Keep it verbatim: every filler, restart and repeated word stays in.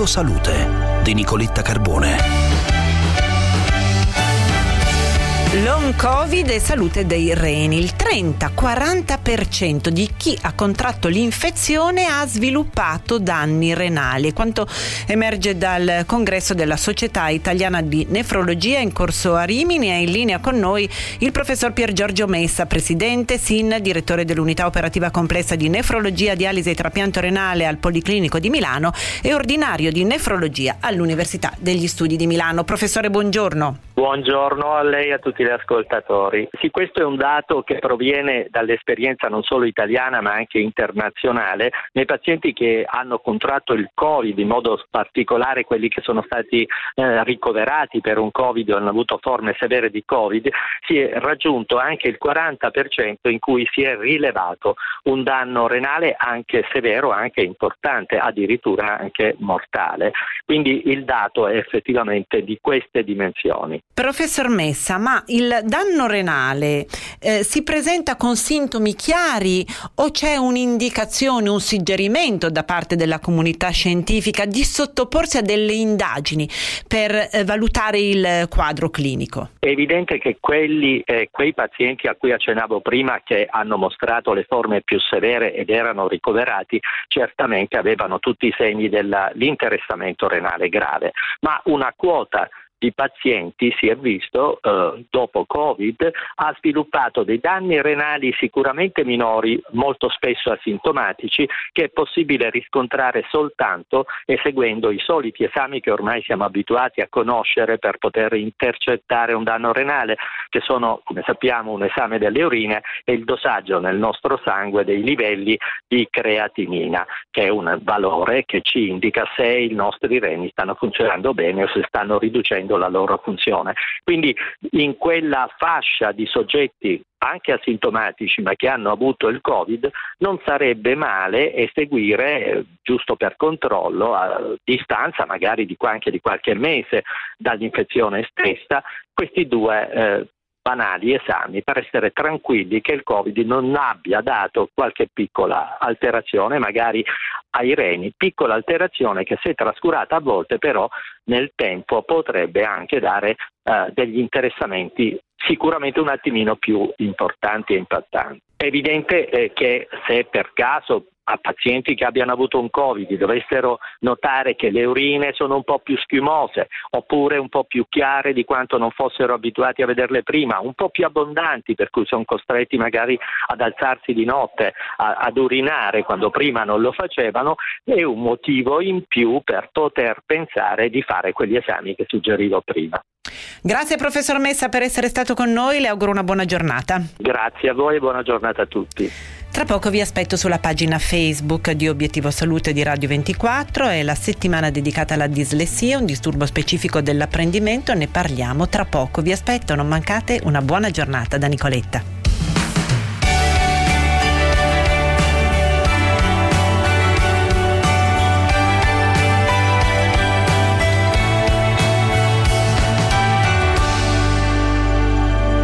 Salute di Nicoletta Carbone. Long Covid e salute dei reni. Il trenta quaranta per cento di chi ha contratto l'infezione ha sviluppato danni renali. Quanto emerge dal congresso della Società Italiana di Nefrologia in corso a Rimini. È in linea con noi il professor Pier Giorgio Messa, presidente S I N, direttore dell'unità operativa complessa di nefrologia, dialisi e trapianto renale al Policlinico di Milano e ordinario di nefrologia all'Università degli Studi di Milano. Professore, buongiorno. Buongiorno a lei e a tutti gli ascoltatori. Sì, questo è un dato che proviene dall'esperienza non solo italiana ma anche internazionale. Nei pazienti che hanno contratto il Covid, in modo particolare quelli che sono stati eh, ricoverati per un Covid o hanno avuto forme severe di Covid, si è raggiunto anche il quaranta per cento in cui si è rilevato un danno renale anche severo, anche importante, addirittura anche mortale. Quindi il dato è effettivamente di queste dimensioni. Professor Messa, ma il danno renale eh, si presenta con sintomi chiari o c'è un'indicazione, un suggerimento da parte della comunità scientifica di sottoporsi a delle indagini per eh, valutare il quadro clinico? È evidente che quelli, eh, quei pazienti a cui accennavo prima, che hanno mostrato le forme più severe ed erano ricoverati, certamente avevano tutti i segni dell'interessamento renale grave, ma una quota di pazienti si è visto eh, dopo Covid ha sviluppato dei danni renali sicuramente minori, molto spesso asintomatici, che è possibile riscontrare soltanto eseguendo i soliti esami che ormai siamo abituati a conoscere per poter intercettare un danno renale, che sono, come sappiamo, un esame delle urine e il dosaggio nel nostro sangue dei livelli di creatinina, che è un valore che ci indica se i nostri reni stanno funzionando bene o se stanno riducendo la loro funzione. Quindi in quella fascia di soggetti anche asintomatici ma che hanno avuto il Covid non sarebbe male eseguire, eh, giusto per controllo, a distanza magari di anche di qualche mese dall'infezione stessa, questi due eh, banali esami per essere tranquilli che il Covid non abbia dato qualche piccola alterazione magari ai reni, piccola alterazione che, se trascurata a volte, però nel tempo potrebbe anche dare eh, degli interessamenti sicuramente un attimino più importanti e impattanti. È evidente eh, che se per caso a pazienti che abbiano avuto un Covid dovessero notare che le urine sono un po' più schiumose oppure un po' più chiare di quanto non fossero abituati a vederle prima, un po' più abbondanti per cui sono costretti magari ad alzarsi di notte a, ad urinare quando prima non lo facevano, è un motivo in più per poter pensare di fare quegli esami che suggerivo prima. Grazie professor Messa per essere stato con noi, le auguro una buona giornata. Grazie a voi e buona giornata a tutti. Tra poco vi aspetto sulla pagina Facebook di Obiettivo Salute di Radio ventiquattro, è la settimana dedicata alla dislessia, un disturbo specifico dell'apprendimento, ne parliamo tra poco. Vi aspetto, non mancate, una buona giornata da Nicoletta.